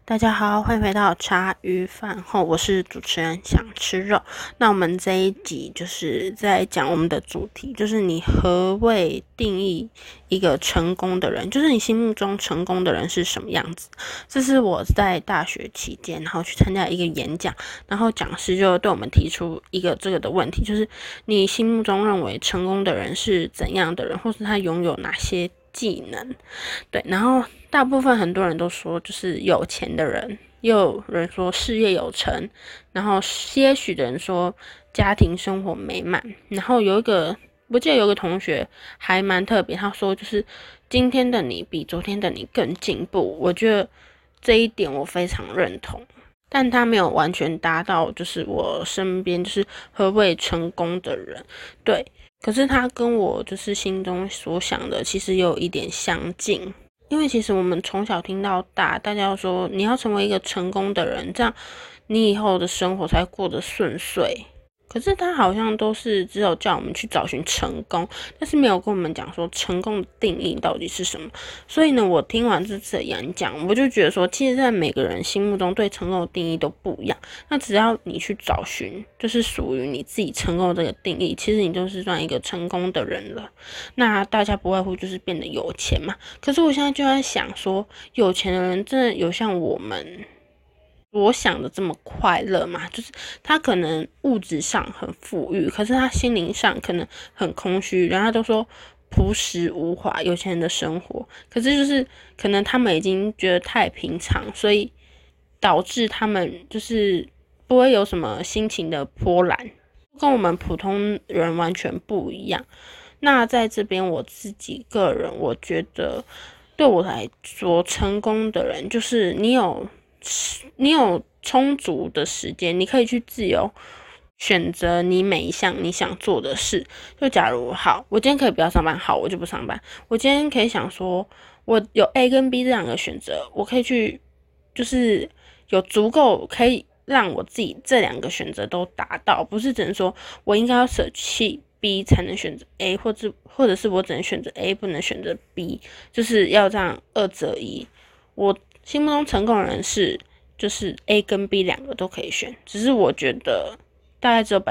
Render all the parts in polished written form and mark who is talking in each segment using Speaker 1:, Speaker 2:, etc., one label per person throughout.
Speaker 1: 大家好，欢迎回到茶余饭后，我是主持人想吃肉。那我们这一集就是在讲我们的主题，就是你何谓定义一个成功的人，就是你心目中成功的人是什么样子。这是我在大学期间，然后去参加一个演讲，然后讲师就对我们提出一个这个的问题，就是你心目中认为成功的人是怎样的人，或是他拥有哪些技能。对，然后大部分很多人都说就是有钱的人，也有人说事业有成，然后些许的人说家庭生活美满。然后我记得有一个同学还蛮特别，他说就是今天的你比昨天的你更进步。我觉得这一点我非常认同，但他没有完全达到就是我身边就是何谓成功的人。对，可是他跟我就是心中所想的其实有一点相近，因为其实我们从小听到大，大家要说你要成为一个成功的人，这样你以后的生活才过得顺遂。可是他好像都是只有叫我们去找寻成功，但是没有跟我们讲说成功的定义到底是什么。所以呢，我听完这次的演讲，我就觉得说，其实在每个人心目中对成功的定义都不一样。那只要你去找寻，就是属于你自己成功的这个定义，其实你就是算一个成功的人了。那大家不外乎就是变得有钱嘛。可是我现在就在想说，有钱的人真的有像我们所想的这么快乐嘛？就是他可能物质上很富裕，可是他心灵上可能很空虚。然后都说朴实无华，有钱人的生活，可是就是可能他们已经觉得太平常，所以导致他们就是不会有什么心情的波澜，跟我们普通人完全不一样。那在这边我自己个人，我觉得对我来说，成功的人就是你有充足的时间，你可以去自由选择你每一项你想做的事。就假如好，我今天可以不要上班，好，我就不上班。我今天可以想说，我有 A 跟 B 这两个选择，我可以去，就是有足够可以让我自己这两个选择都达到，不是只能说我应该要舍弃 B 才能选择 A， 或者是我只能选择 A 不能选择 B， 就是要这样二择一。我心目中成功的人是就是 A 跟 B 两个都可以选，只是我觉得大概只有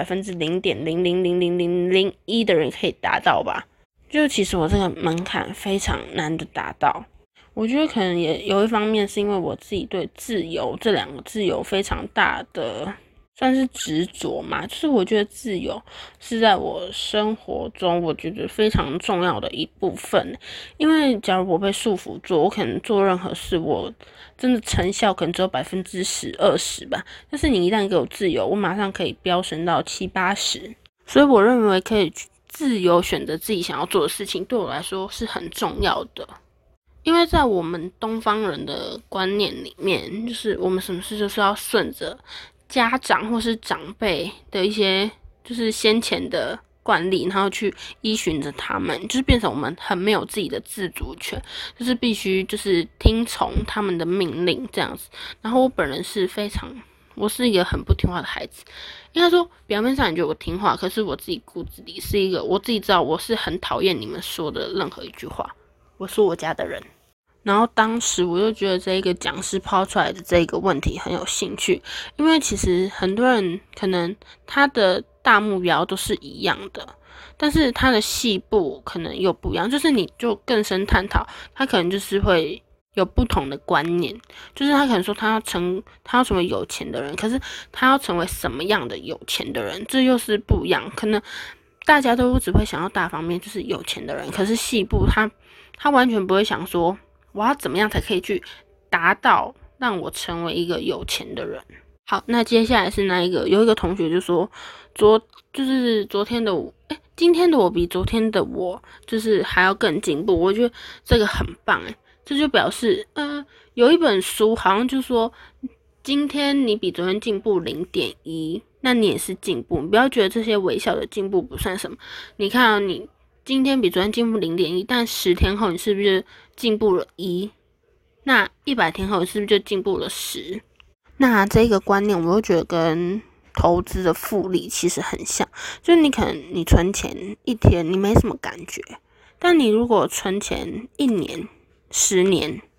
Speaker 1: 0.0000001%的人可以达到吧。就其实我这个门槛非常难的达到，我觉得可能也有一方面是因为我自己对自由这两个字有非常大的算是执着嘛，就是我觉得自由是在我生活中我觉得非常重要的一部分。因为假如我被束缚住，我可能做任何事，我真的成效可能只有10%-20%吧。但是你一旦给我自由，我马上可以飙升到70-80%。所以我认为可以自由选择自己想要做的事情，对我来说是很重要的。因为在我们东方人的观念里面，就是我们什么事就是要顺着家长或是长辈的一些就是先前的惯例，然后去依循着他们，就是变成我们很没有自己的自主权，就是必须就是听从他们的命令这样子。然后我本人是我是一个很不听话的孩子，应该说表面上你觉得我听话，可是我自己骨子里是一个我自己知道我是很讨厌你们说的任何一句话。我说我家的人。然后当时我就觉得这一个讲师抛出来的这个问题很有兴趣，因为其实很多人可能他的大目标都是一样的，但是他的细部可能又不一样，就是你就更深探讨，他可能就是会有不同的观念。就是他可能说他要成为有钱的人，可是他要成为什么样的有钱的人，这又是不一样。可能大家都只会想要大方面，就是有钱的人，可是细部他完全不会想说我要怎么样才可以去达到让我成为一个有钱的人。好，那接下来是有一个同学就说就是今天的我比昨天的我就是还要更进步。我觉得这个很棒这就表示有一本书好像就说今天你比昨天进步0.1，那你也是进步。你不要觉得这些微小的进步不算什么。你看你今天比昨天进步0.1，但10天后你是不是进步了1？那100天后你是不是就进步了10？那这个观念我又觉得跟投资的复利其实很像，就是你可能你存钱1天你没什么感觉，但你如果存钱1年、10年，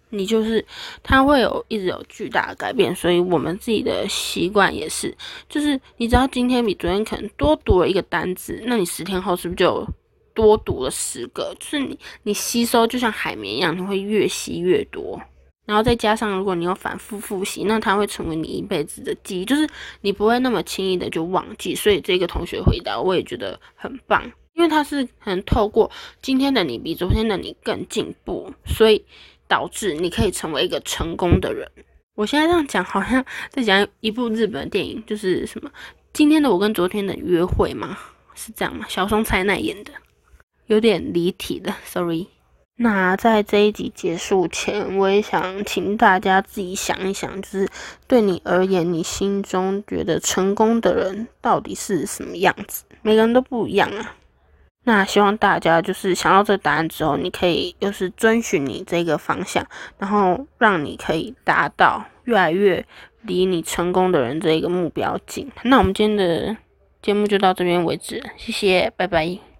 Speaker 1: 它会一直有巨大的改变，所以我们自己的习惯也是，就是你只要今天比昨天可能多读了一个单字，那你10天后是不是就多读了10个？就是你吸收就像海绵一样，你会越吸越多。然后再加上如果你有反复复习，那它会成为你一辈子的记忆，就是你不会那么轻易的就忘记。所以这个同学回答我也觉得很棒，因为他是可能透过今天的你比昨天的你更进步，所以导致你可以成为一个成功的人。我现在这样讲好像在讲一部日本的电影，就是什么今天的我跟昨天的约会吗？是这样吗？小松菜奈演的，有点离题了 ，sorry。那在这一集结束前，我也想请大家自己想一想，就是对你而言，你心中觉得成功的人到底是什么样子？每个人都不一样啊。那希望大家就是想到这个答案之后，你可以就是遵循你这个方向，然后让你可以达到越来越离你成功的人这个目标近。那我们今天的节目就到这边为止，谢谢，拜拜。